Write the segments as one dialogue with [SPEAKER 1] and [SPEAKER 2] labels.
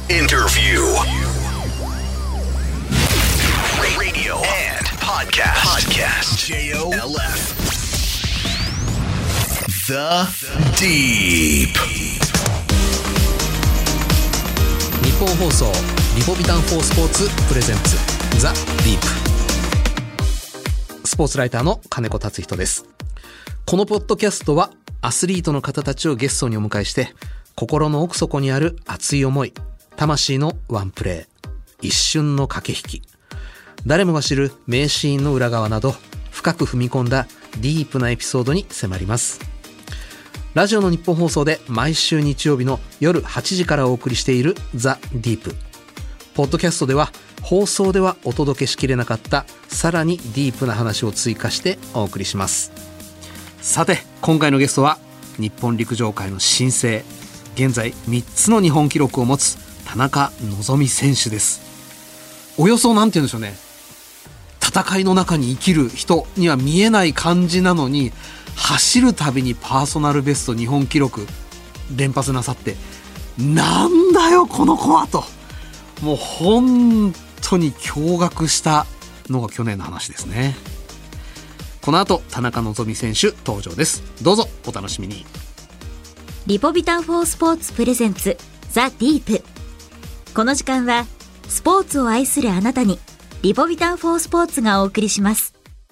[SPEAKER 1] Interview Radio and Podcast JOLF The Deep
[SPEAKER 2] 日本放送リポビタン4スポーツプレゼンツザ・ディープ、スポーツライターの金子達人です。このポッドキャストはアスリートの方たちをゲストにお迎えして、心の奥底にある熱い思い、魂のワンプレー、一瞬の駆け引き、誰もが知る名シーンの裏側など、深く踏み込んだディープなエピソードに迫ります。ラジオの日本放送で毎週日曜日の夜8時からお送りしているザ・ディープ。ポッドキャストでは放送ではお届けしきれなかったさらにディープな話を追加してお送りします。さて、今回のゲストは日本陸上界の新星、現在3つの日本記録を持つ田中希実選手です。およそなんて言うんでしょうね、戦いの中に生きる人には見えない感じなのに、走るたびにパーソナルベスト日本記録連発なさって、なんだよこの子はと、もう本当に驚愕したのが去年の話ですね。この後田中希実選手登場です。どうぞお楽しみに。
[SPEAKER 3] リポビタン4スポーツプレゼンツザ・ディープ。この時間はスポーツを愛するあなたにリポビタン4スポーツがお送りします。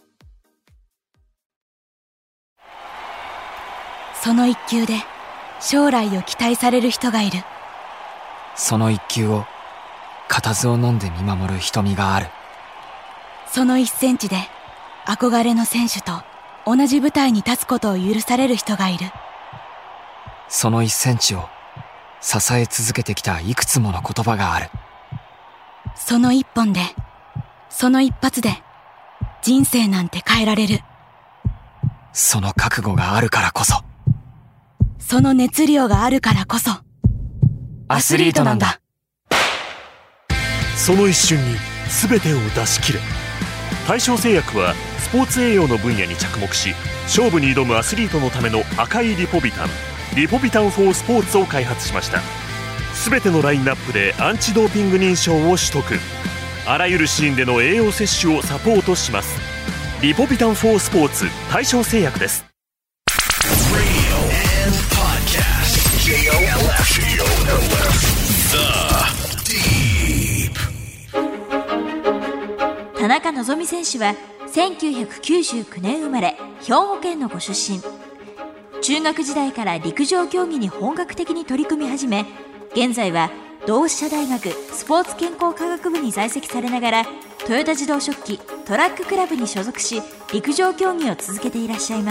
[SPEAKER 4] その一球で将来を期待される人がいる。
[SPEAKER 5] その一球を固唾を飲んで見守る瞳がある。
[SPEAKER 4] その1センチで憧れの選手と同じ舞台に立つことを許される人がいる。
[SPEAKER 5] その1センチを支え続けてきたいくつもの言葉がある。
[SPEAKER 4] その1本で、その一発で人生なんて変えられる。
[SPEAKER 5] その覚悟があるからこそ、
[SPEAKER 4] その熱量があるからこそ
[SPEAKER 5] アスリートなんだ。
[SPEAKER 6] その一瞬に全てを出し切れ。大正製薬はスポーツ栄養の分野に着目し、勝負に挑むアスリートのための赤いリポビタン、リポビタン4スポーツを開発しました。全てのラインナップでアンチドーピング認証を取得。あらゆるシーンでの栄養摂取をサポートします。リポビタン4スポーツ、大正製薬です。
[SPEAKER 3] 田中希実選手は1999年生まれ、兵庫県のご出身。中学時代から陸上競技に本格的に取り組み始め、現在は同志社大学スポーツ健康科学部に在籍されながら、トヨタ自動織機トラッククラブに所属し、陸上競技を続けていらっしゃいます。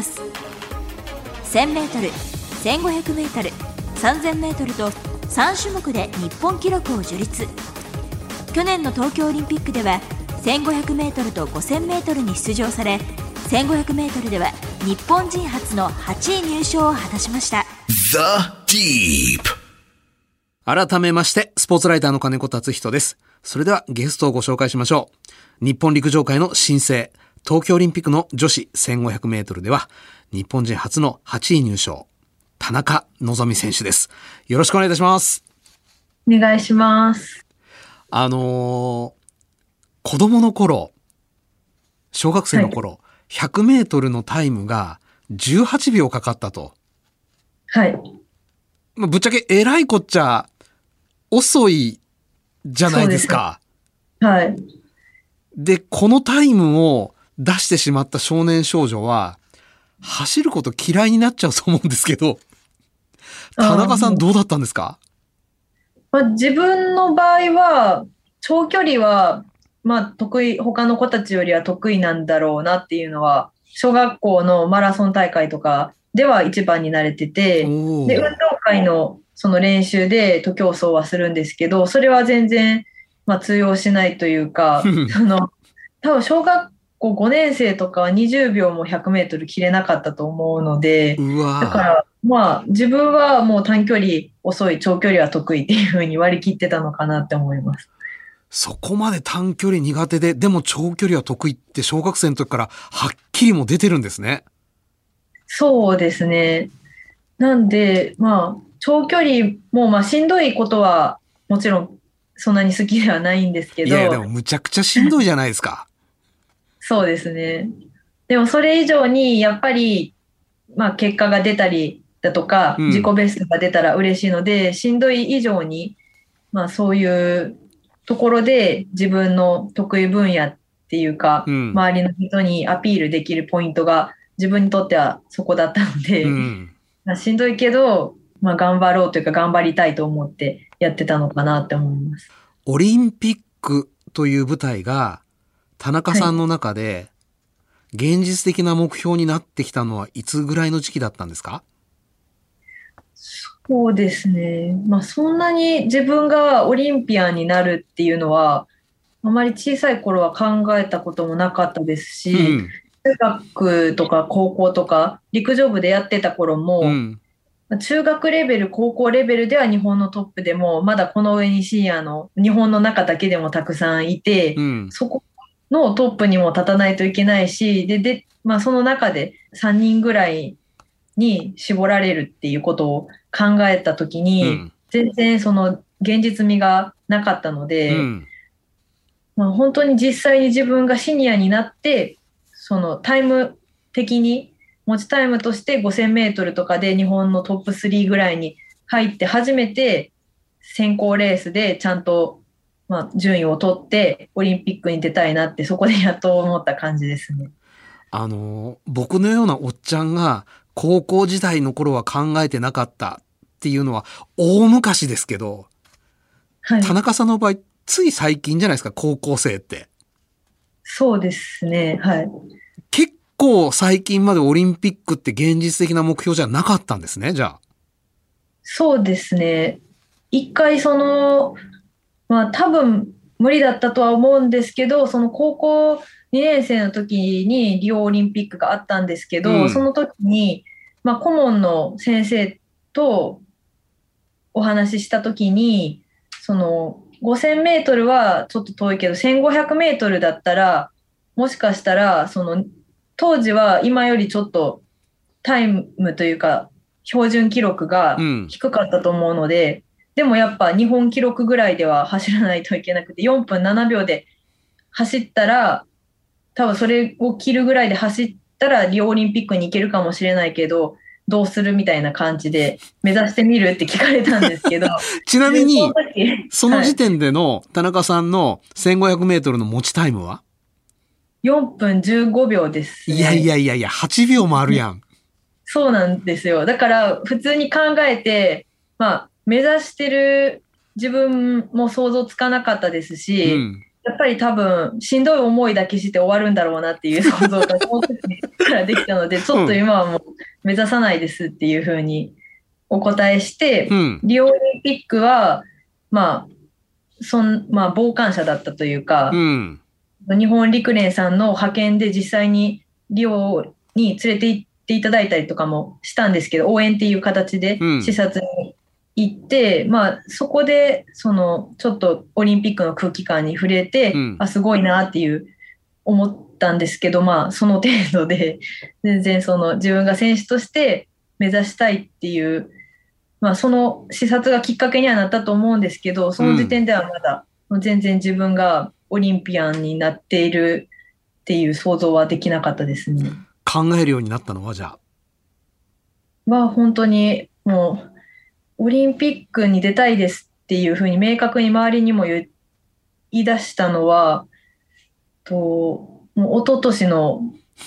[SPEAKER 3] 1000m、1500m、3000m と3種目で日本記録を樹立。去年の東京オリンピックでは 1500m と 5000m に出場され、1500m では日本人初の8位入賞を果たしました。
[SPEAKER 1] The Deep。
[SPEAKER 2] 改めましてスポーツライターの金子達人です。それではゲストをご紹介しましょう。日本陸上界の新星、東京オリンピックの女子 1500m では日本人初の8位入賞、田中希実選手です。よろしくお願いいたします。
[SPEAKER 7] お願いします。
[SPEAKER 2] 子供の頃、小学生の頃、100メートルのタイムが18秒かかったと。
[SPEAKER 7] はい。
[SPEAKER 2] ぶっちゃけえらいこっちゃ遅いじゃないですか。
[SPEAKER 7] はい。
[SPEAKER 2] で、このタイムを出してしまった少年少女は、走ること嫌いになっちゃうと思うんですけど、田中さんどうだったんですか？
[SPEAKER 7] 自分の場合は、長距離は、他の子たちよりは得意なんだろうなっていうのは、小学校のマラソン大会とかでは一番になれてて、で、運動会のその練習で徒競走はするんですけど、それは全然、通用しないというか、多分小学校5年生とかは20秒も100メートル切れなかったと思うので、だから自分はもう短距離遅い、長距離は得意っていう風に割り切ってたのかなって思います。
[SPEAKER 2] そこまで短距離苦手で、でも長距離は得意って小学生の時からはっきりも出てるんですね。
[SPEAKER 7] そうですね。なんで、長距離もしんどいことはもちろんそんなに好きではないんですけど。
[SPEAKER 2] いやいや、でもむちゃくちゃしんどいじゃないですか。
[SPEAKER 7] そうですね。でもそれ以上にやっぱり、まあ結果が出たりだとか、自己ベストが出たら嬉しいので、しんどい以上に、まあそういうところで自分の得意分野っていうか、周りの人にアピールできるポイントが自分にとってはそこだったので、まあしんどいけど、まあ頑張ろうというか頑張りたいと思ってやってたのかなって思います。
[SPEAKER 2] オリンピックという舞台が田中さんの中で現実的な目標になってきたのはいつぐらいの時期だったんですか？
[SPEAKER 7] そうですね。まあそんなに自分がオリンピアンになるっていうのは、あまり小さい頃は考えたこともなかったですし、中学とか高校とか陸上部でやってた頃も、中学レベル、高校レベルでは日本のトップでも、まだこの上にシニアの日本の中だけでもたくさんいて、そこのトップにも立たないといけないし、まあその中で3人ぐらいに絞られるっていうことを考えたときに、全然その現実味がなかったので、まあ、本当に実際に自分がシニアになって、そのタイム的に持ちタイムとして5000メートルとかで日本のトップ3ぐらいに入って初めて選考レースでちゃんとまあ順位を取ってオリンピックに出たいなってそこでやっと思った感じですね。
[SPEAKER 2] 僕のようなおっちゃんが高校時代の頃は考えてなかったっていうのは大昔ですけど、はい、田中さんの場合つい最近じゃないですか、高校生って。
[SPEAKER 7] そうですね、はい。
[SPEAKER 2] 結構最近までオリンピックって現実的な目標じゃなかったんですね、じゃあ。
[SPEAKER 7] そうですね。一回まあ多分無理だったとは思うんですけど、その高校2年生の時にリオオリンピックがあったんですけど、その時に、まあ顧問の先生とお話しした時に、5000メートルはちょっと遠いけど、1500メートルだったら、もしかしたら、当時は今よりちょっとタイムというか、標準記録が低かったと思うので、でもやっぱ日本記録ぐらいでは走らないといけなくて、4分7秒で走ったら、多分それを切るぐらいで走ったら、リオオリンピックに行けるかもしれないけど、どうするみたいな感じで目指してみるって聞かれたんですけど。
[SPEAKER 2] ちなみに、その時点での田中さんの1500メートルの持ちタイムは
[SPEAKER 7] ?4 分15秒です、ね。
[SPEAKER 2] いや、8秒もあるやん。
[SPEAKER 7] そうなんですよ。だから普通に考えて、まあ目指してる自分も想像つかなかったですし、やっぱり多分しんどい思いだけして終わるんだろうなっていう想像がその時からできたので、ちょっと今はもう目指さないですっていうふうにお答えして、リオオリンピックは、まあ傍観者だったというか、日本陸連さんの派遣で実際にリオに連れて行っていただいたりとかもしたんですけど、応援っていう形で視察に行って、まあそこでちょっとオリンピックの空気感に触れて、すごいなっていう思ったんですけど、まあその程度で全然自分が選手として目指したいっていう、まあその視察がきっかけにはなったと思うんですけど、その時点ではまだ全然自分がオリンピアンになっているっていう想像はできなかったですね。
[SPEAKER 2] 考えるようになったのはじゃあ
[SPEAKER 7] 本当にもうオリンピックに出たいですっていうふうに明確に周りにも言い出したのは、もう一昨年の、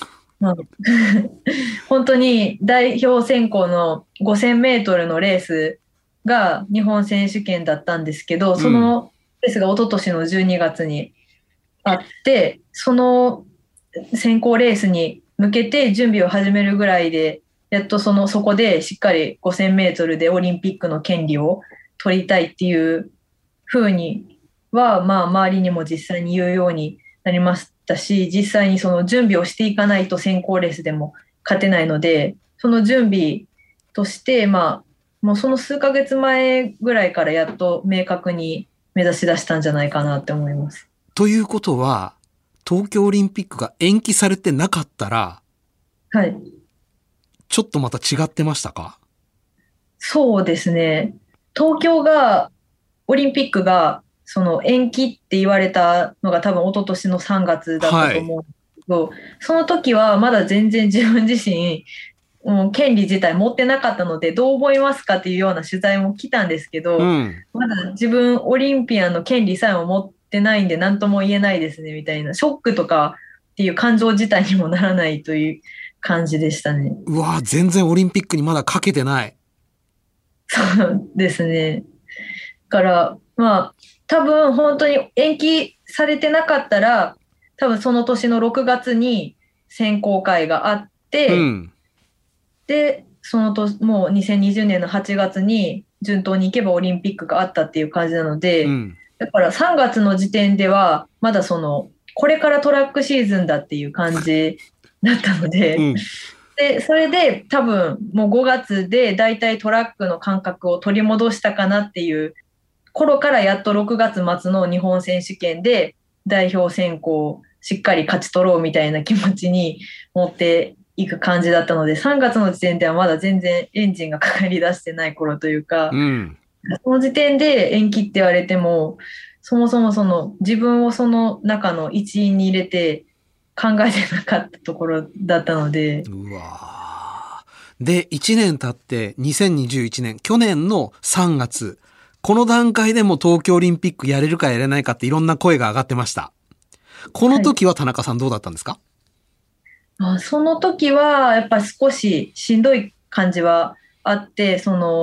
[SPEAKER 7] 本当に代表選考の5000メートルのレースが日本選手権だったんですけど、そのレースが一昨年の12月にあって、その選考レースに向けて準備を始めるぐらいで、やっとそこでしっかり5000メートルでオリンピックの権利を取りたいっていう風には、まあ周りにも実際に言うようになりましたし、実際にその準備をしていかないと選考レースでも勝てないので、その準備として、まあもうその数ヶ月前ぐらいからやっと明確に目指し出したんじゃないかなって思います。
[SPEAKER 2] ということは、東京オリンピックが延期されてなかったら、
[SPEAKER 7] はい。
[SPEAKER 2] ちょっとまた違ってましたか？
[SPEAKER 7] そうですね。東京がオリンピックがその延期って言われたのが多分一昨年の3月だったと思うんですけど、その時はまだ全然自分自身、もう権利自体持ってなかったので、どう思いますかっていうような取材も来たんですけど、まだ自分オリンピアンの権利さえも持ってないんで何とも言えないですねみたいな、ショックとかっていう感情自体にもならないという感じでしたね。
[SPEAKER 2] うわ、全然オリンピックにまだかけてない。
[SPEAKER 7] そうですね。だから多分本当に延期されてなかったら、多分その年の6月に選考会があって、で、その年、もう2020年の8月に順当に行けばオリンピックがあったっていう感じなので、だから3月の時点では、まだこれからトラックシーズンだっていう感じだったので、で、それで多分もう5月でだいたいトラックの感覚を取り戻したかなっていう頃から、やっと6月末の日本選手権で代表選考をしっかり勝ち取ろうみたいな気持ちに持っていく感じだったので、3月の時点ではまだ全然エンジンがかかり出してない頃というか、その時点で延期って言われても、そもそも自分をその中の一員に入れて考えてなかったところだったので。
[SPEAKER 2] うわで、1年経って2021年、去年の3月、この段階でも東京オリンピックやれるかやれないかっていろんな声が上がってました。この時は田中さんどうだったんですか？
[SPEAKER 7] その時はやっぱ少ししんどい感じはあって、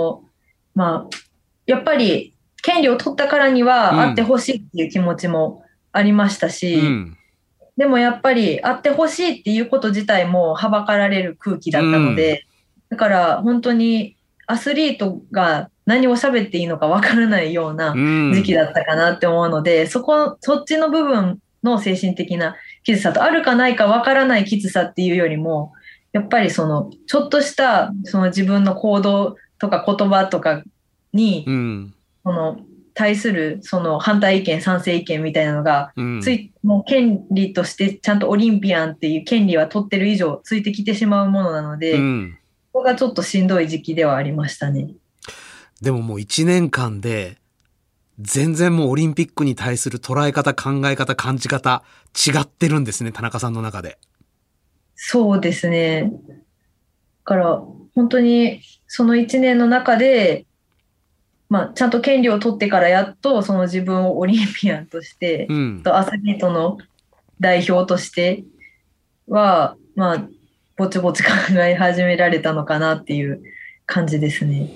[SPEAKER 7] やっぱり権利を取ったからにはあってほしいっていう気持ちもありましたし、でもやっぱりあってほしいっていうこと自体もはばかられる空気だったので、だから本当にアスリートが何を喋っていいのかわからないような時期だったかなって思うので、そっちの部分の精神的なきつさと、あるかないかわからないきつさっていうよりも、やっぱりちょっとした自分の行動とか言葉とかに、対する反対意見、賛成意見みたいなのが、もう権利としてちゃんとオリンピアンっていう権利は取ってる以上ついてきてしまうものなので、ここがちょっとしんどい時期ではありましたね。
[SPEAKER 2] でももう1年間で全然もうオリンピックに対する捉え方、考え方、感じ方違ってるんですね、田中さんの中で。
[SPEAKER 7] そうですね。だから本当にその1年の中で、ちゃんと権利を取ってからやっと自分をオリンピアンとして、アスリートの代表としては、ぼちぼち考え始められたのかなっていう感じですね。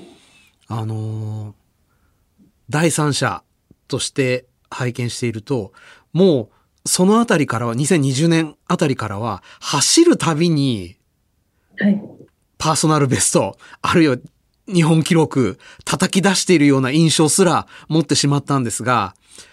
[SPEAKER 2] 第三者として拝見していると、もうそのあたりからは、2020年あたりからは、走るたびに、パーソナルベスト、あるいは日本記録叩き出しているような印象すら持ってしまったんですが、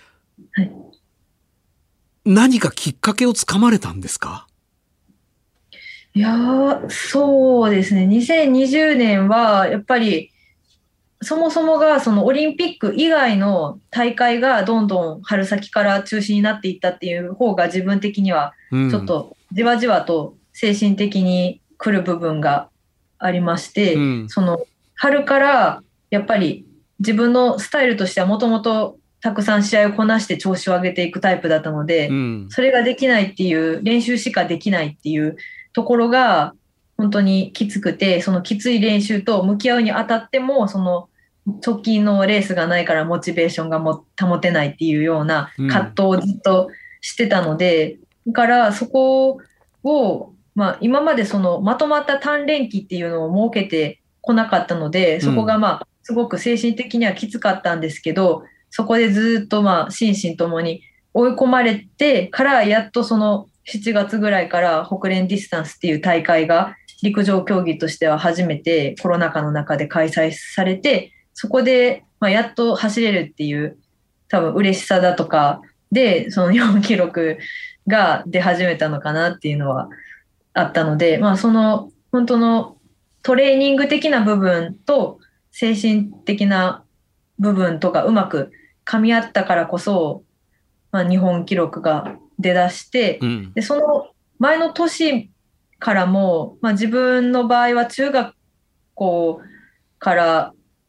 [SPEAKER 2] 何かきっかけをつかまれたんですか？
[SPEAKER 7] いやー、そうですね。2020年はやっぱりそもそもがオリンピック以外の大会がどんどん春先から中止になっていったっていう方が自分的にはちょっとじわじわと精神的に来る部分がありまして、春からやっぱり自分のスタイルとしてはもともとたくさん試合をこなして調子を上げていくタイプだったので、それができないっていう、練習しかできないっていうところが本当にきつくて、そのきつい練習と向き合うにあたっても、直近のレースがないからモチベーションが保てないっていうような葛藤をずっとしてたので、だからそこを、今までまとまった鍛錬期っていうのを設けてこなかったので、そこがすごく精神的にはきつかったんですけど、そこでずっと心身ともに追い込まれてから、やっと7月ぐらいから北連ディスタンスっていう大会が陸上競技としては初めてコロナ禍の中で開催されて、そこでやっと走れるっていう多分嬉しさだとかで、その日本記録が出始めたのかなっていうのはあったので、本当のトレーニング的な部分と精神的な部分とかうまく噛み合ったからこそ、日本記録が出だして、でその前の年からも、自分の場合は中学校から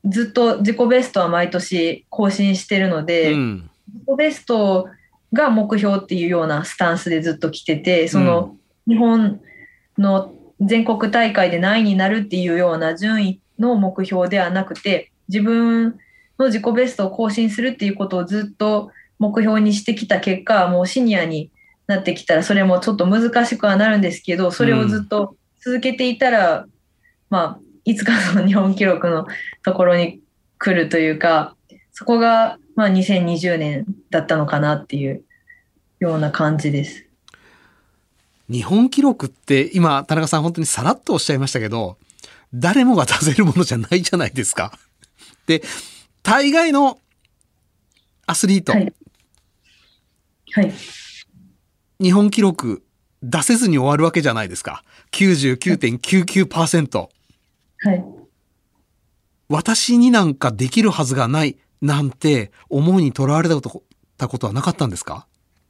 [SPEAKER 7] ずっと自己ベストは毎年更新してるので、
[SPEAKER 2] うん
[SPEAKER 7] 自己ベストが目標っていうようなスタンスでずっと来てて、その日本の全国大会で何位になるっていうような順位の目標ではなくて、自分の自己ベストを更新するっていうことをずっと目標にしてきた結果、もうシニアになってきたらそれもちょっと難しくはなるんですけど、それをずっと続けていたら、まあ、いつかの日本記録のところに来るというか、そこがまあ2020年だったのかなっていうような感じです。
[SPEAKER 2] 日本記録って今田中さん本当にさらっとおっしゃいましたけど、誰もが出せるものじゃないじゃないですか。で、大概のアスリート、
[SPEAKER 7] はい。はい。
[SPEAKER 2] 日本記録出せずに終わるわけじゃないですか。99.99%。
[SPEAKER 7] はい。
[SPEAKER 2] 私になんかできるはずがないなんて思いにとらわれたことはなかったんですか？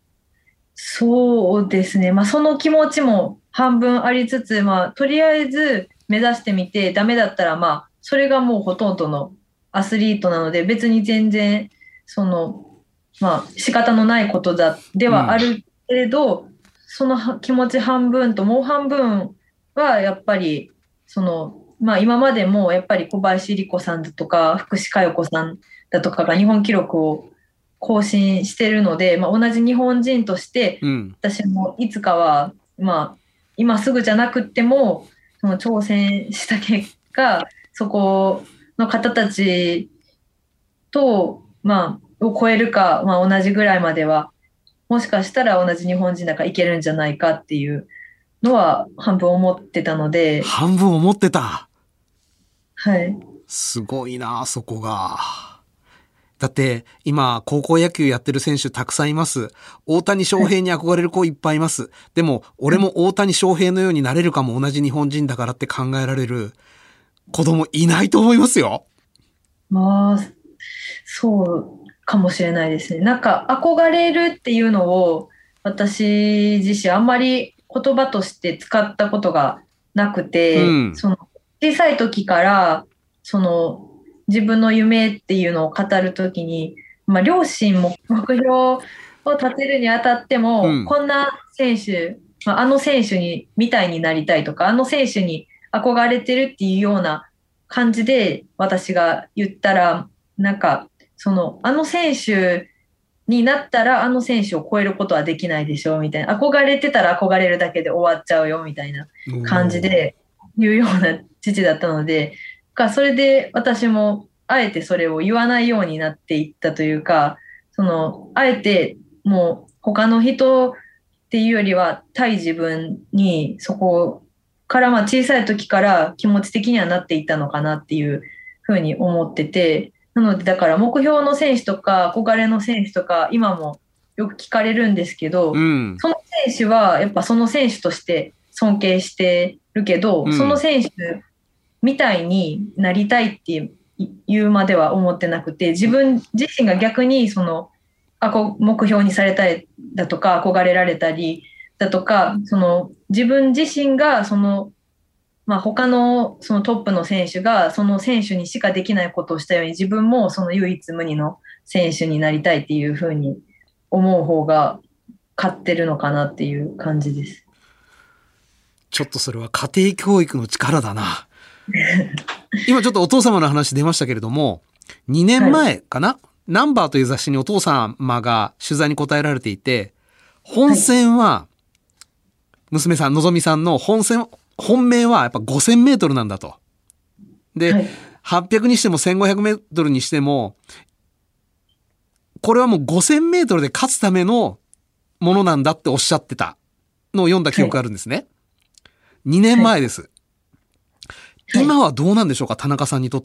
[SPEAKER 7] そうですね。まあその気持ちも半分ありつつ、まあとりあえず目指してみてダメだったら、まあそれがもうほとんどのアスリートなので、別に全然まあ仕方のないことではあるけれど、その気持ち半分ともう半分はやっぱりまあ今までもやっぱり小林里子さんだとか福士加代子さんだとかが日本記録を更新してるので、まあ、同じ日本人として私もいつかは、まあ今すぐじゃなくってもその挑戦した結果、そこの方たちとまあを超えるか、まあ同じぐらいまではもしかしたら同じ日本人だからいけるんじゃないかっていうのは半分思ってたので。
[SPEAKER 2] 半分思ってた。
[SPEAKER 7] はい。
[SPEAKER 2] すごいな、そこが。だって今高校野球やってる選手たくさんいます。大谷翔平に憧れる子いっぱいいます。でも俺も大谷翔平のようになれるかも、同じ日本人だからって考えられる子供いないと思いますよ。
[SPEAKER 7] まあそうかもしれないですね。なんか憧れるっていうのを私自身あんまり言葉として使ったことがなくて、小さい時から自分の夢っていうのを語るときに、まあ、両親も目標を立てるにあたっても、こんな選手、まあ、あの選手みたいになりたいとか、あの選手に憧れてるっていうような感じで私が言ったら、なんかあの選手になったらあの選手を超えることはできないでしょみたいな、憧れてたら憧れるだけで終わっちゃうよみたいな感じで言うような父だったので、それで私もあえてそれを言わないようになっていったというか、あえてもう他の人っていうよりは対自分にそこからまあ小さい時から気持ち的にはなっていったのかなっていうふうに思ってて、なのでだから目標の選手とか憧れの選手とか今もよく聞かれるんですけど、その選手はやっぱその選手として尊敬してるけど、その選手みたいになりたいっていうまでは思ってなくて、自分自身が逆に目標にされたりだとか憧れられたりだとか、自分自身がまあ、他のトップの選手がその選手にしかできないことをしたように、自分もその唯一無二の選手になりたいっていうふうに思う方が勝ってるのかなっていう感じです。
[SPEAKER 2] ちょっとそれは家庭教育の力だな。今ちょっとお父様の話出ましたけれども、2年前かな、ナンバーという雑誌にお父様が取材に答えられていて、本戦は娘さんのぞみさんの本命はやっぱ5000メートルなんだと。で、800にしても1500メートルにしても、これはもう5000メートルで勝つためのものなんだっておっしゃってたのを読んだ記憶があるんですね。2年前です。今はどうなんでしょうか、田中さんにとって。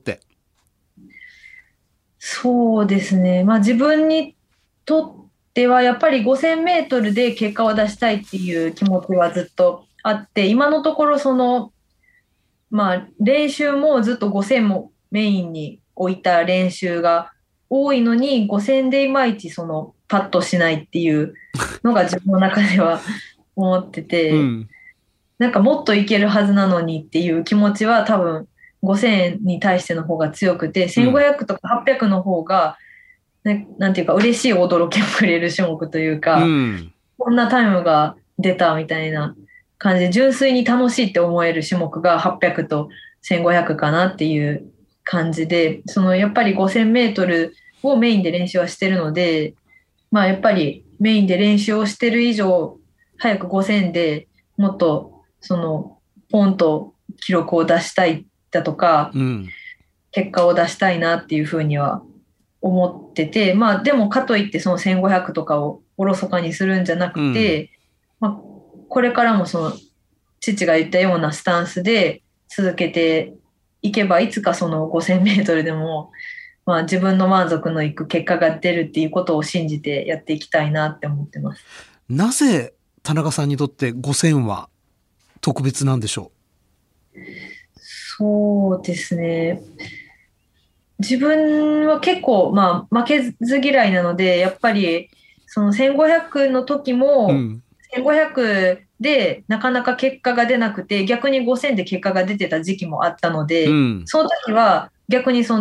[SPEAKER 7] そうですね。まあ自分にとってはやっぱり5000メートルで結果を出したいっていう気持ちはずっとあって、今のところまあ練習もずっと5000もメインに置いた練習が多いのに、5000でいまいちパッとしないっていうのが自分の中では思ってて、なんかもっといけるはずなのにっていう気持ちは多分 5000に対しての方が強くて、1500とか800の方が、ね、なんていうか嬉しい驚きをくれる種目というか、こんなタイムが出たみたいな感じで、純粋に楽しいって思える種目が800と1500かなっていう感じで、やっぱり5000メートルをメインで練習はしてるので、まあやっぱりメインで練習をしてる以上、早く5000でもっとポンと記録を出したいだとか、結果を出したいなっていうふうには思ってて、まあでもかといってその1500とかをおろそかにするんじゃなくて、まあ、これからも父が言ったようなスタンスで続けていけば、いつかその5000メートルでも、まあ自分の満足のいく結果が出るっていうことを信じてやっていきたいなって思ってます。
[SPEAKER 2] なぜ田中さんにとって5000は特別なんでしょう？
[SPEAKER 7] そうですね。自分は結構、まあ、負けず嫌いなので、やっぱり、1500の時も、1500でなかなか結果が出なくて、逆に5000で結果が出てた時期もあったので、その時は逆に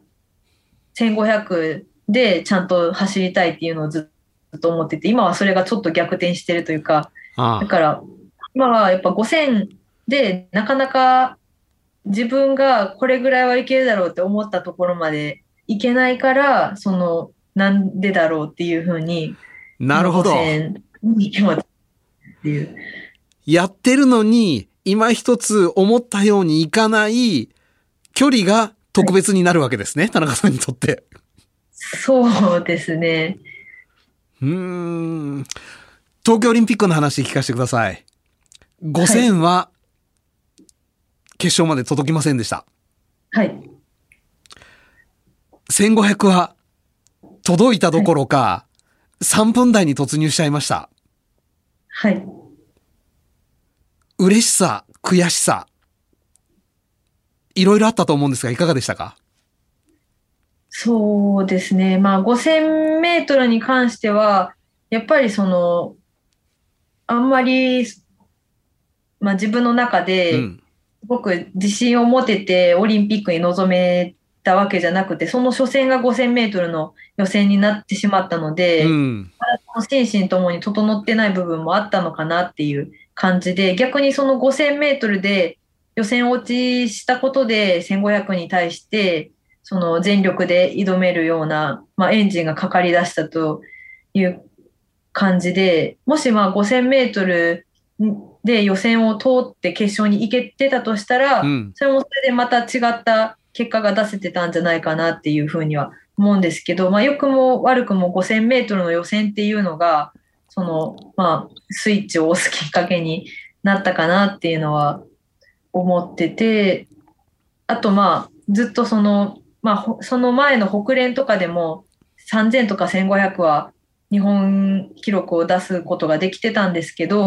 [SPEAKER 7] 1500でちゃんと走りたいっていうのをずっと思ってて、今はそれがちょっと逆転してるというか、だから、今はやっぱ5000でなかなか自分がこれぐらいはいけるだろうって思ったところまでいけないから、なんでだろうっていうふうに、
[SPEAKER 2] なるほど。やってるのに、今一つ思ったようにいかない距離が特別になるわけですね、田中さんにとって。
[SPEAKER 7] そうですね。
[SPEAKER 2] 東京オリンピックの話聞かせてください。5000は決勝まで届きませんでした。
[SPEAKER 7] はい。
[SPEAKER 2] 1500は届いたどころか、3分台に突入しちゃいました。
[SPEAKER 7] はい。
[SPEAKER 2] 嬉しさ、悔しさ、いろいろあったと思うんですが、いかがでしたか？
[SPEAKER 7] そうですね。まあ、5000メートルに関しては、やっぱりあんまり、まあ自分の中で、すごく自信を持ててオリンピックに臨めたわけじゃなくて、その初戦が5000メートルの予選になってしまったので、心身ともに整ってない部分もあったのかなっていう感じで、逆にその5000メートルで予選落ちしたことで1500に対して全力で挑めるような、まあ、エンジンがかかり出したという感じで、もしまあ5000メートルで予選を通って決勝に行けてたとしたら、それもそれでまた違った結果が出せてたんじゃないかなっていうふうには思うんですけど、まあ良くも悪くも5000メートルの予選っていうのが、まあスイッチを押すきっかけになったかなっていうのは思ってて、あとまあずっとまあその前の北連とかでも3000とか1500は日本記録を出すことができてたんですけど、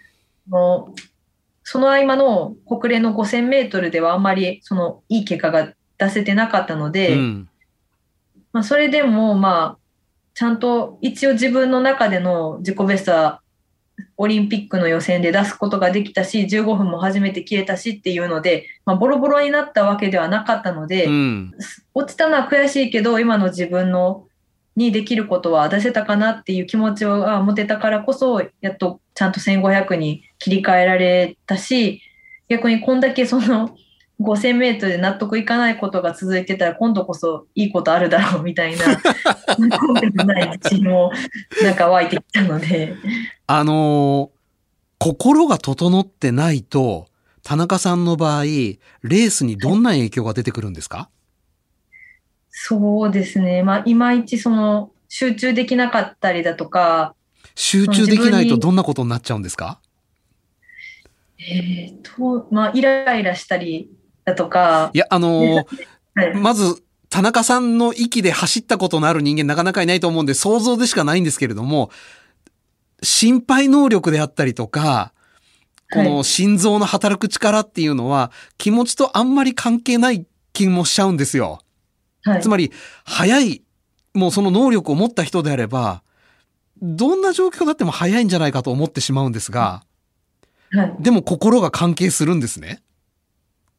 [SPEAKER 7] その合間の国連の5000メートルではあんまりいい結果が出せてなかったので、まあそれでもまあちゃんと一応自分の中での自己ベストはオリンピックの予選で出すことができたし、15分も初めて切れたしっていうので、まあボロボロになったわけではなかったので、落ちたのは悔しいけど、今の自分にできることは出せたかなっていう気持ちを持てたからこそ、やっとちゃんと1500に切り替えられたし、逆にこんだけ5000メートルで納得いかないことが続いてたら、今度こそいいことあるだろうみたいな、とんでもない自信もなんか湧いてきたので。
[SPEAKER 2] 心が整ってないと、田中さんの場合、レースにどんな影響が出てくるんですか？
[SPEAKER 7] そうですね。まあ、いまいち集中できなかったりだとか。
[SPEAKER 2] 集中できないとどんなことになっちゃうんですか？
[SPEAKER 7] まあ、イライラしたりだとか。
[SPEAKER 2] いや、まず、田中さんの域で走ったことのある人間なかなかいないと思うんで、想像でしかないんですけれども、心肺能力であったりとか、この心臓の働く力っていうのは、気持ちとあんまり関係ない気もしちゃうんですよ。つまり、速い、もうその能力を持った人であれば、どんな状況だっても速いんじゃないかと思ってしまうんですが、でも心が関係するんですね。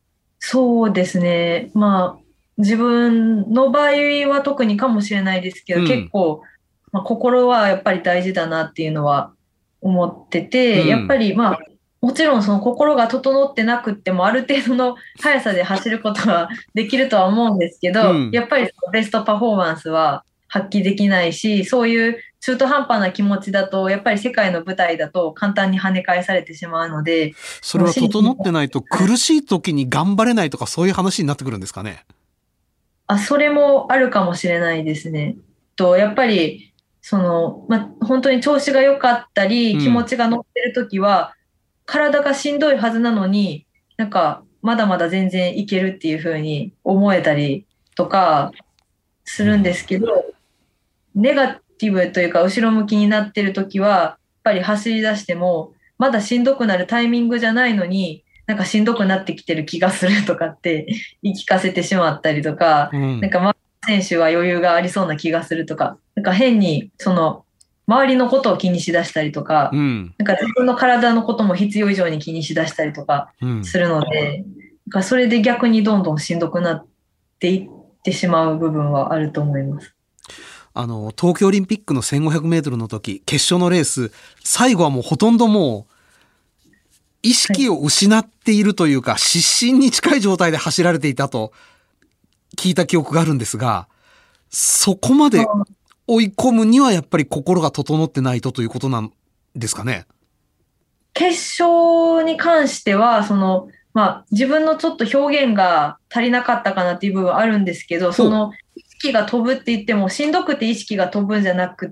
[SPEAKER 7] そうですね。まあ、自分の場合は特にかもしれないですけど、
[SPEAKER 2] うん
[SPEAKER 7] 結構、まあ、心はやっぱり大事だなっていうのは思ってて、
[SPEAKER 2] うん
[SPEAKER 7] やっぱりまあ、もちろんその心が整ってなくっても、ある程度の速さで走ることはできるとは思うんですけど、
[SPEAKER 2] うん
[SPEAKER 7] やっぱりそのベストパフォーマンスは発揮できないし、そういう中途半端な気持ちだと、やっぱり世界の舞台だと簡単に跳ね返されてしまうので、
[SPEAKER 2] それは整ってないと苦しい時に頑張れないとかそういう話になってくるんですかね。
[SPEAKER 7] それもあるかもしれないですね。やっぱり、本当に調子が良かったり、
[SPEAKER 2] うん
[SPEAKER 7] 気持ちが乗ってるときは、体がしんどいはずなのに、なんか、まだまだ全然いけるっていう風に思えたりとかするんですけど、ネガティブというか、後ろ向きになってるときは、やっぱり走り出しても、まだしんどくなるタイミングじゃないのに、なんかしんどくなってきてる気がするとかって言い聞かせてしまったりとか、
[SPEAKER 2] うん
[SPEAKER 7] なんか周りの選手は余裕がありそうな気がするとか、なんか変に周りのことを気にしだしたりとか、
[SPEAKER 2] うん
[SPEAKER 7] なんか自分の体のことも必要以上に気にしだしたりとか
[SPEAKER 2] うん
[SPEAKER 7] するので、なんかそれで逆にどんどんしんどくなっていってしまう部分はあると思います。
[SPEAKER 2] 東京オリンピックの1500メートルの時、決勝のレース、最後はもうほとんどもう、意識を失っているというか、失神に近い状態で走られていたと聞いた記憶があるんですが、そこまで追い込むにはやっぱり心が整ってないということなんですかね。
[SPEAKER 7] 決勝に関しては、自分のちょっと表現が足りなかったかなっていう部分はあるんですけど、意識が飛ぶって言っても、しんどくて意識が飛ぶんじゃなくって、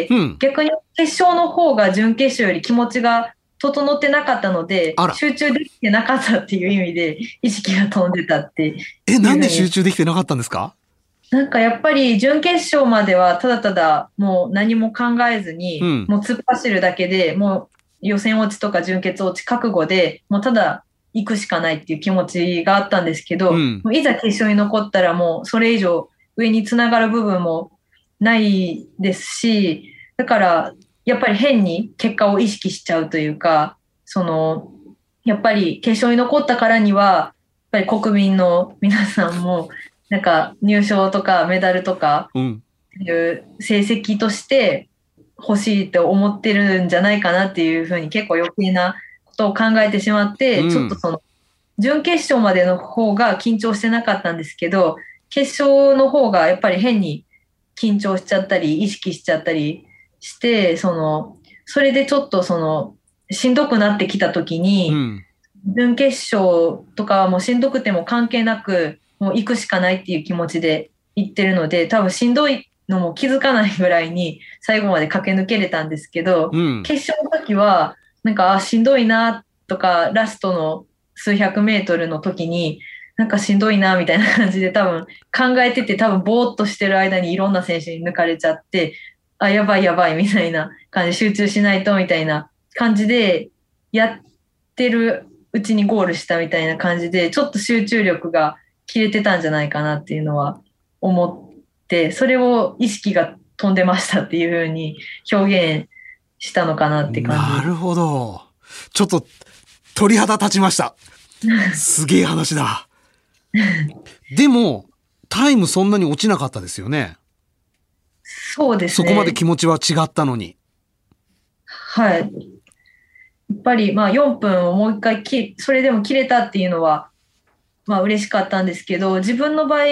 [SPEAKER 2] うん
[SPEAKER 7] 逆に決勝の方が準決勝より気持ちが整ってなかったので
[SPEAKER 2] あら、
[SPEAKER 7] 集中できてなかったっていう意味で、意識が飛んでたって。
[SPEAKER 2] なんで集中できてなかったんですか？
[SPEAKER 7] なんかやっぱり準決勝まではただただもう何も考えずに、
[SPEAKER 2] うん
[SPEAKER 7] もう突っ走るだけで、もう予選落ちとか準決落ち覚悟で、もうただ行くしかないっていう気持ちがあったんですけど、
[SPEAKER 2] うん
[SPEAKER 7] もういざ決勝に残ったらもうそれ以上上につながる部分もないですし、だからやっぱり変に結果を意識しちゃうというか、やっぱり決勝に残ったからには、やっぱり国民の皆さんも、なんか入賞とかメダルとか
[SPEAKER 2] うん
[SPEAKER 7] っていう成績として欲しいと思ってるんじゃないかなっていうふうに結構余計なことを考えてしまって、
[SPEAKER 2] うん
[SPEAKER 7] ちょっと準決勝までの方が緊張してなかったんですけど、決勝の方がやっぱり変に緊張しちゃったり意識しちゃったりして、それでちょっとしんどくなってきた時に、
[SPEAKER 2] うん
[SPEAKER 7] 準決勝とかはもうしんどくても関係なく、もう行くしかないっていう気持ちで行ってるので、多分しんどいのも気づかないぐらいに最後まで駆け抜けれたんですけど、
[SPEAKER 2] うん
[SPEAKER 7] 決勝の時は、なんか、しんどいなとか、ラストの数百メートルの時に、なんかしんどいなみたいな感じで多分考えてて、多分ぼーっとしてる間にいろんな選手に抜かれちゃって、やばいやばいみたいな感じ、集中しないとみたいな感じでやってるうちにゴールしたみたいな感じで、ちょっと集中力が切れてたんじゃないかなっていうのは思って、それを意識が飛んでましたっていう風に表現したのかなって感じ。
[SPEAKER 2] なるほど。ちょっと鳥肌立ちました。すげえ話だ。でも、タイムそんなに落ちなかったですよね。
[SPEAKER 7] そうですね。
[SPEAKER 2] そこまで気持ちは違ったのに。
[SPEAKER 7] はい。やっぱり4分をもう一回それでも切れたっていうのは嬉しかったんですけど、自分の場合、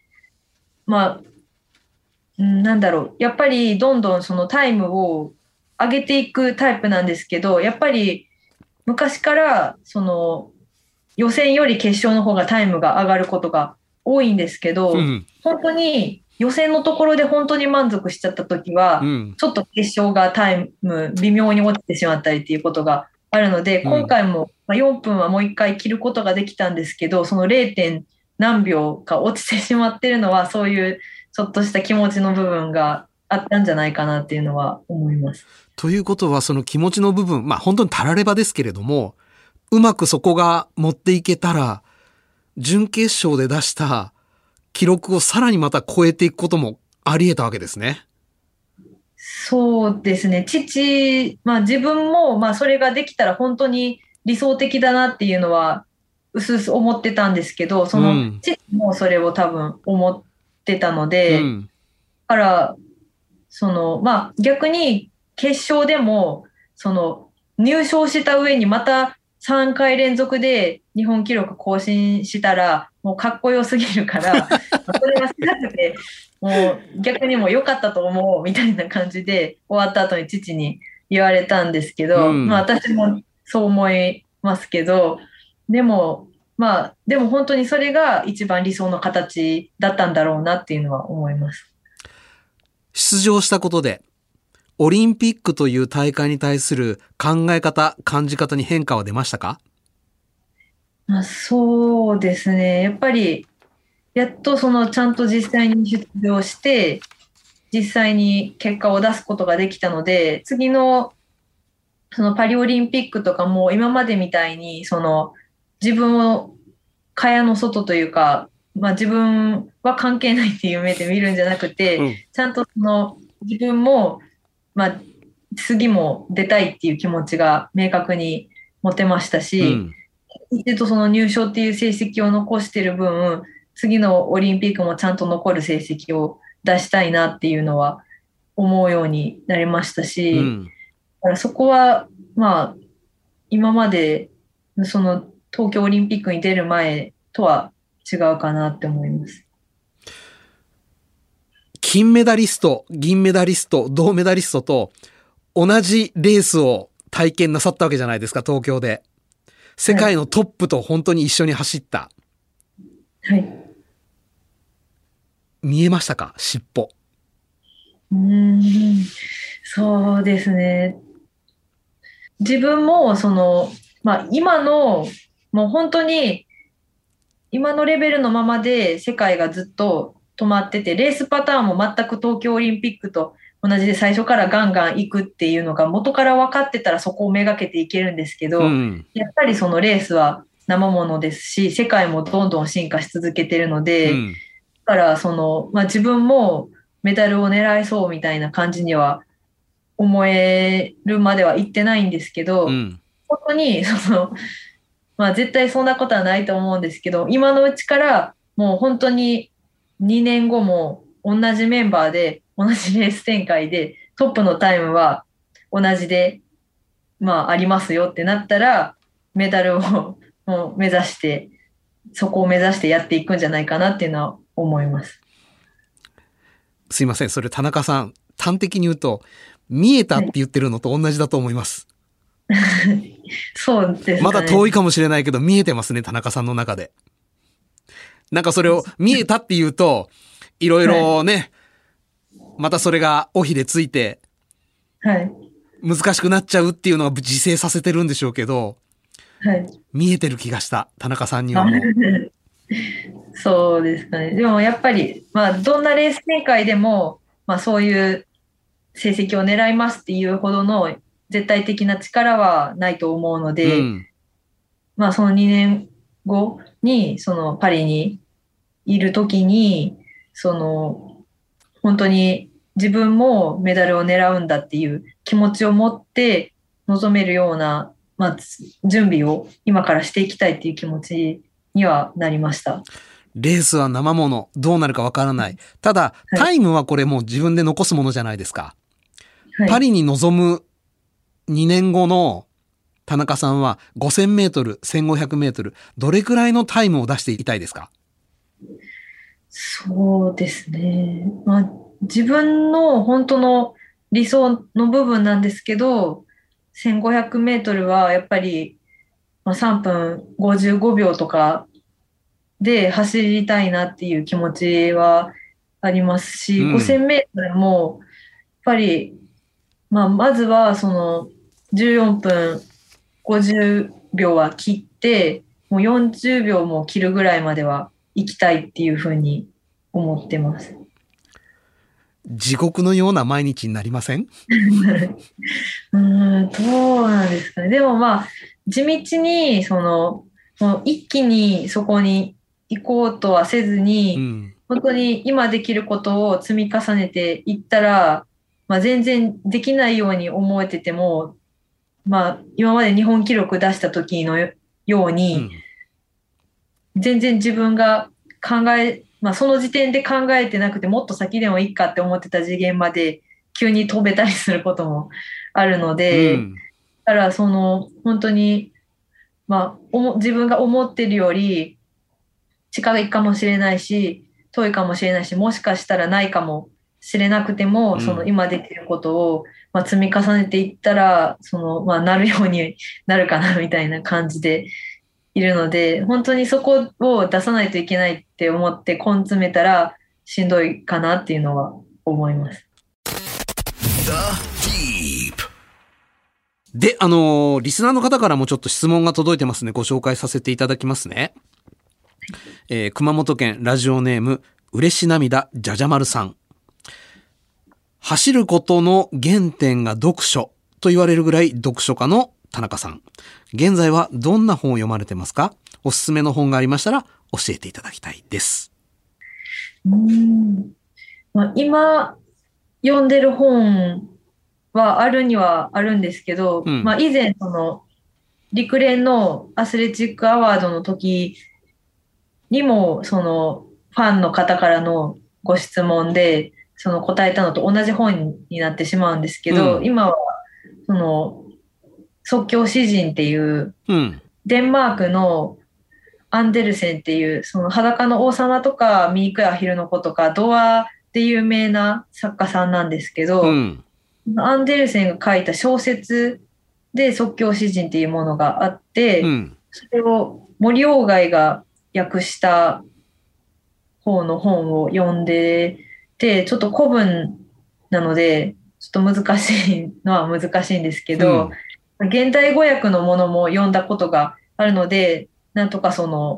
[SPEAKER 7] なんだろう、やっぱりどんどんそのタイムを上げていくタイプなんですけど、やっぱり昔から予選より決勝の方がタイムが上がることが多いんですけど、
[SPEAKER 2] うん
[SPEAKER 7] 本当に予選のところで本当に満足しちゃったときは、
[SPEAKER 2] うん
[SPEAKER 7] ちょっと決勝がタイム微妙に落ちてしまったりっていうことがあるので、
[SPEAKER 2] うん
[SPEAKER 7] 今回も4分はもう一回切ることができたんですけど、その 0. 何秒か落ちてしまってるのは、そういうちょっとした気持ちの部分があったんじゃないかなっていうのは思います。
[SPEAKER 2] ということは、その気持ちの部分、本当にたらればですけれども、うまくそこが持っていけたら、準決勝で出した記録をさらにまた超えていくこともあり得たわけですね。
[SPEAKER 7] そうですね。自分もそれができたら本当に理想的だなっていうのはうすうす思ってたんですけど、その
[SPEAKER 2] うん
[SPEAKER 7] 父もそれを多分思ってたので、
[SPEAKER 2] うん
[SPEAKER 7] だから、逆に決勝でも、入賞した上にまた3回連続で日本記録更新したら、もうかっこよすぎるから、それはしなくて、もう逆にもう良かったと思うみたいな感じで、終わった後に父に言われたんですけど、
[SPEAKER 2] うん
[SPEAKER 7] 私もそう思いますけど、でも本当にそれが一番理想の形だったんだろうなっていうのは思います。
[SPEAKER 2] 出場したことで、オリンピックという大会に対する考え方、感じ方に変化は出ましたか？
[SPEAKER 7] そうですね。やっぱり、やっとちゃんと実際に出場して、実際に結果を出すことができたので、次のパリオリンピックとかも今までみたいに、自分を蚊帳の外というか、自分は関係ないっていう目で見るんじゃなくて、
[SPEAKER 2] うん
[SPEAKER 7] ちゃんと自分も、次も出たいっていう気持ちが明確に持てましたし、
[SPEAKER 2] うん
[SPEAKER 7] 一度入賞っていう成績を残してる分、次のオリンピックもちゃんと残る成績を出したいなっていうのは思うようになりましたし、
[SPEAKER 2] うん
[SPEAKER 7] だからそこは、今まで東京オリンピックに出る前とは違うかなって思います。
[SPEAKER 2] 金メダリスト、銀メダリスト、銅メダリストと同じレースを体験なさったわけじゃないですか、東京で。世界のトップと本当に一緒に走った。
[SPEAKER 7] はい。
[SPEAKER 2] 見えましたか、尻尾。
[SPEAKER 7] そうですね。自分も今のもう本当に今のレベルのままで世界がずっと止まってて、レースパターンも全く東京オリンピックと同じで最初からガンガン行くっていうのが元から分かってたらそこをめがけていけるんですけど、やっぱりレースは生ものですし、世界もどんどん進化し続けてるので、だから自分もメダルを狙えそうみたいな感じには思えるまでは行ってないんですけど、本当に絶対そんなことはないと思うんですけど、今のうちからもう本当に2年後も同じメンバーで同じレース展開でトップのタイムは同じでありますよってなったら、メダルをもう目指して、そこを目指してやっていくんじゃないかなっていうのは思います。
[SPEAKER 2] すいません、それ田中さん、端的に言うと見えたって言ってるのと同じだと思います。
[SPEAKER 7] そうですね。
[SPEAKER 2] まだ遠いかもしれないけど見えてますね、田中さんの中で。なんかそれを見えたって言うといろいろね、またそれが尾ひれついて難しくなっちゃうっていうのは自制させてるんでしょうけど、見えてる気がした、田中さんにはもう。
[SPEAKER 7] そうですかね。でもやっぱり、どんなレース展開でも、そういう成績を狙いますっていうほどの絶対的な力はないと思うので、その2年後にパリにいるときに本当に自分もメダルを狙うんだっていう気持ちを持って臨めるような、準備を今からしていきたいっていう気持ちにはなりました。
[SPEAKER 2] レースは生もの、どうなるかわからない。ただ、タイムはこれもう自分で残すものじゃないですか。パリに臨む2年後の田中さんは5000メートル、1500メートル、どれくらいのタイムを出していきたいですか？
[SPEAKER 7] そうですね。自分の本当の理想の部分なんですけど、1500メートルはやっぱり3分55秒とかで走りたいなっていう気持ちはありますし、5000メートルもやっぱり、まずは14分50秒は切って、もう40秒も切るぐらいまでは行きたいっていうふうに思ってます。
[SPEAKER 2] 地獄のような毎日になりません？
[SPEAKER 7] どうなんですかね。でも地道にもう一気にそこに行こうとはせずに、本当に今できることを積み重ねていったら、全然できないように思えてても、今まで日本記録出した時のように、 全然自分がその時点で考えてなくて、もっと先でもいいかって思ってた次元まで急に飛べたりすることもあるので、だから本当に、自分が思ってるより近いかもしれないし、遠いかもしれないし、もしかしたらないかもしれなくても、今できることを、積み重ねていったら、なるようになるかなみたいな感じでいるので、本当にそこを出さないといけないって思って根詰めたらしんどいかなっていうのは思います。
[SPEAKER 2] で、リスナーの方からもちょっと質問が届いてますね。ご紹介させていただきますね。熊本県ラジオネーム嬉し涙じゃじゃ丸さん。走ることの原点が読書と言われるぐらい読書家の田中さん。現在はどんな本を読まれてますか？おすすめの本がありましたら教えていただきたいです。
[SPEAKER 7] 今読んでる本はあるにはあるんですけど、以前陸連のアスレチックアワードの時にもファンの方からのご質問で答えたのと同じ本になってしまうんですけど、今は即興詩人っていう、デンマークのアンデルセンっていう裸の王様とかミーク・アヒルの子とか童話で有名な作家さんなんですけど、アンデルセンが書いた小説で即興詩人っていうものがあって、それを森鴎外が訳した方の本を読んでて、ちょっと古文なのでちょっと難しいのは難しいんですけど、現代語訳のものも読んだことがあるので、なんとか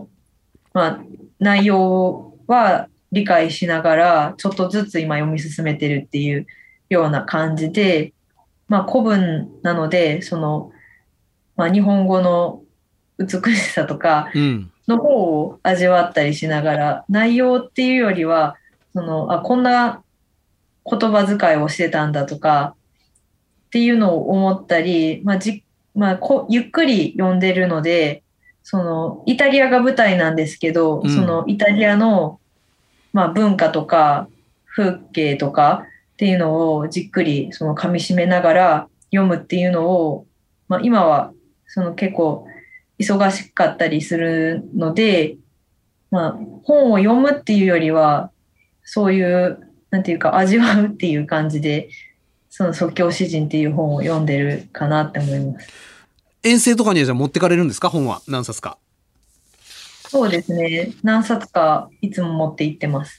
[SPEAKER 7] 内容は理解しながらちょっとずつ今読み進めてるっていうような感じで、古文なので日本語の美しさとかの方を味わったりしながら、内容っていうよりはこんな言葉遣いをしてたんだとかっていうのを思ったり、ゆっくり読んでるので、イタリアが舞台なんですけど、イタリアの文化とか風景とかっていうのをじっくり噛み締めながら読むっていうのを、今は結構忙しかったりするので、本を読むっていうよりはそういうなんていうか味わうっていう感じで即興詩人っていう本を読んでるかなって思います。
[SPEAKER 2] 遠征とかにはじゃあ持ってかれるんですか？本は何冊か。
[SPEAKER 7] そうですね、何冊かいつも持って行ってます。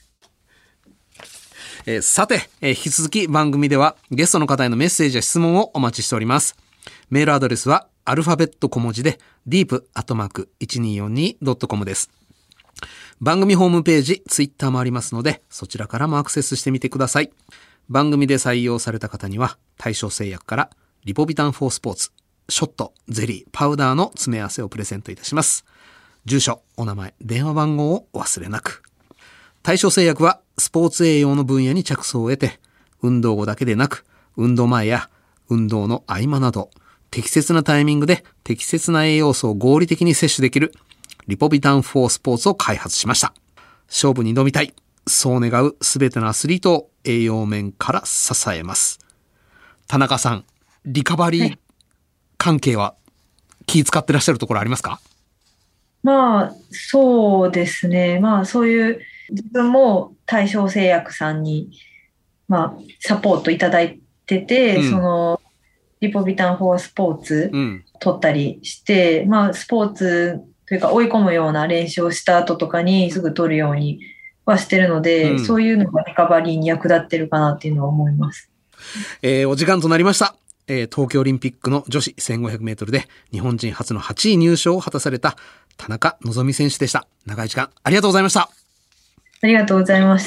[SPEAKER 2] さて、引き続き番組ではゲストの方へのメッセージや質問をお待ちしております。メールアドレスはアルファベット小文字で deep@1242.com です。番組ホームページ、ツイッターもありますので、そちらからもアクセスしてみてください。番組で採用された方には大正製薬からリポビタン4スポーツショット、ゼリー、パウダーの詰め合わせをプレゼントいたします。住所、お名前、電話番号をお忘れなく。大正製薬はスポーツ栄養の分野に着想を得て、運動後だけでなく、運動前や運動の合間など、適切なタイミングで適切な栄養素を合理的に摂取できるリポビタン4スポーツを開発しました。勝負に挑みたい、そう願うすべてのアスリートを栄養面から支えます。田中さん、リカバリー関係は気遣ってらっしゃるところありますか？
[SPEAKER 7] そうですね。そういう自分も大正製薬さんにサポートいただいてて、リポビタン4スポーツ取ったりして、スポーツというか追い込むような練習をした後とかにすぐ取るようにはしてるので、そういうのがリカバリーに役立ってるかなっていうのは思います。
[SPEAKER 2] お時間となりました。東京オリンピックの女子1500メートルで日本人初の8位入賞を果たされた田中希実選手でした。長い時間ありがとうございました。
[SPEAKER 7] ありがとうございました。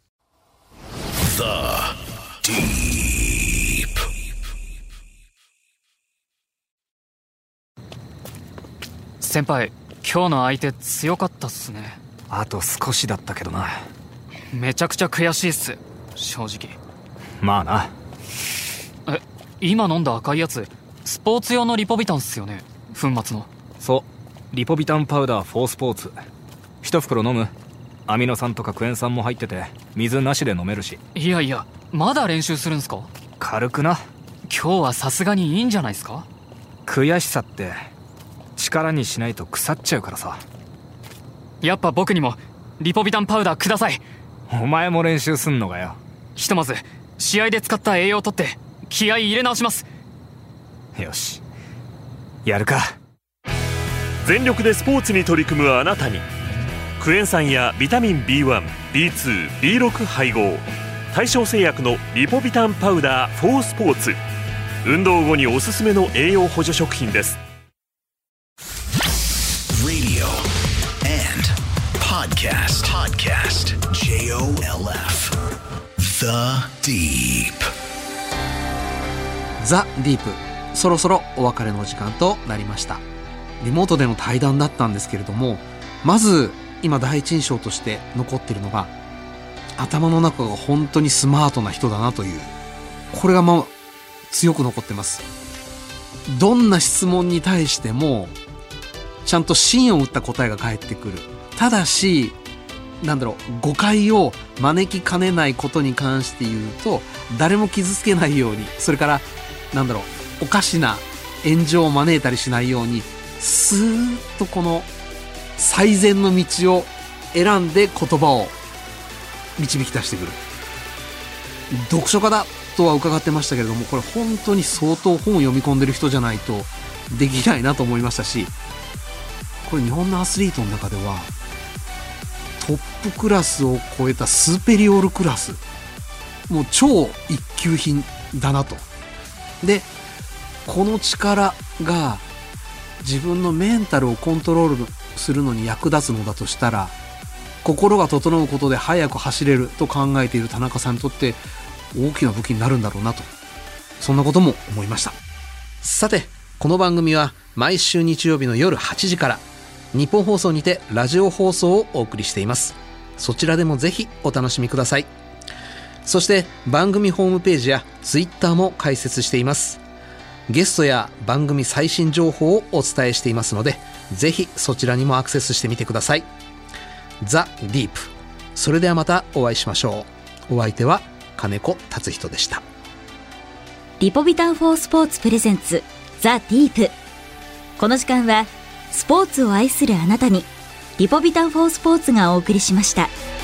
[SPEAKER 5] 先輩、今日の相手強かったっすね。
[SPEAKER 8] あと少しだったけどな。
[SPEAKER 5] めちゃくちゃ悔しいっす、正直。
[SPEAKER 8] まあな。
[SPEAKER 5] 今飲んだ赤いやつ、スポーツ用のリポビタンっすよね、粉末の。
[SPEAKER 8] そう、 リポビタンパウダー4スポーツ一袋飲む。アミノ酸とかクエン酸も入ってて水なしで飲めるし。
[SPEAKER 9] いやいや、まだ練習するんすか？
[SPEAKER 8] 軽くな。
[SPEAKER 9] 今日はさすがにいいんじゃないですか？
[SPEAKER 8] 悔しさって力にしないと腐っちゃうからさ。
[SPEAKER 9] やっぱ僕にもリポビタンパウダーください。
[SPEAKER 8] お前も練習すんのかよ。
[SPEAKER 9] ひとまず試合で使った栄養を取って気合い入れ直します。
[SPEAKER 8] よし、やるか。
[SPEAKER 6] 全力でスポーツに取り組むあなたにクエン酸やビタミン B1、B2、B6 配合、大正製薬のリポビタンパウダー4スポーツ、運動後におすすめの栄養補助食品です。
[SPEAKER 1] Radio and podcast JOLF The Deep。
[SPEAKER 2] ザ・ディープ、そろそろお別れの時間となりました。リモートでの対談だったんですけれども、まず今第一印象として残っているのが、頭の中が本当にスマートな人だなという、これが強く残ってます。どんな質問に対してもちゃんと芯を打った答えが返ってくる。ただし誤解を招きかねないことに関して言うと、誰も傷つけないように、それからおかしな炎上を招いたりしないように、スーッとこの最善の道を選んで言葉を導き出してくる。読書家だとは伺ってましたけれども、これ本当に相当本を読み込んでる人じゃないとできないなと思いましたし、これ日本のアスリートの中ではトップクラスを超えたスーペリオールクラス、もう超一級品だなと。でこの力が自分のメンタルをコントロールするのに役立つのだとしたら、心が整うことで速く走れると考えている田中さんにとって大きな武器になるんだろうなと、そんなことも思いました。さて、この番組は毎週日曜日の夜8時から日本放送にてラジオ放送をお送りしています。そちらでもぜひお楽しみください。そして番組ホームページやツイッターも開設しています。ゲストや番組最新情報をお伝えしていますので、ぜひそちらにもアクセスしてみてください。ザ・ディープ、それではまたお会いしましょう。お相手は金子達人でした。
[SPEAKER 3] リポビタン4スポーツプレゼンツザ・ディープ。この時間はスポーツを愛するあなたにリポビタン4スポーツがお送りしました。